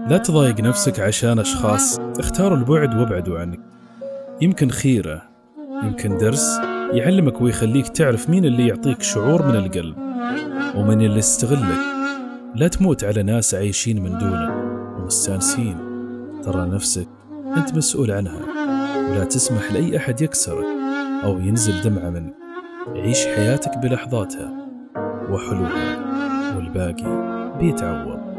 لا تضايق نفسك عشان أشخاص اختاروا البعد وابعدوا عنك. يمكن خيرة، يمكن درس يعلمك ويخليك تعرف مين اللي يعطيك شعور من القلب ومن اللي يستغلك. لا تموت على ناس عايشين من دونك ومستانسين. ترى نفسك أنت مسؤول عنها، ولا تسمح لأي أحد يكسرك أو ينزل دمعة منك. عيش حياتك بلحظاتها وحلوها، والباقي بيتعوض.